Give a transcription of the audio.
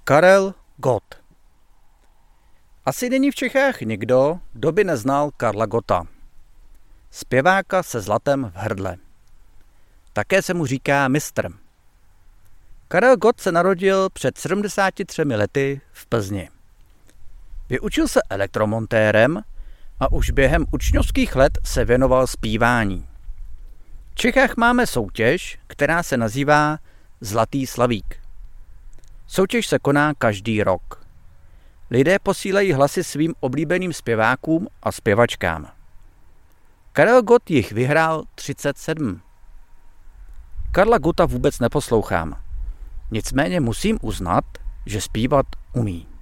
Karel Gott. Asi není v Čechách nikdo, kdo by neznal Karla Gotta. Zpěváka se zlatem v hrdle. Také se mu říká mistr. Karel Gott se narodil před 73 lety v Plzni. Vyučil se elektromontérem a už během učňovských let se věnoval zpívání. V Čechách máme soutěž, která se nazývá Zlatý slavík. Soutěž se koná každý rok. Lidé posílají hlasy svým oblíbeným zpěvákům a zpěvačkám. Karel Gott jich vyhrál 37. Karla Gotta vůbec neposlouchám. Nicméně musím uznat, že zpívat umí.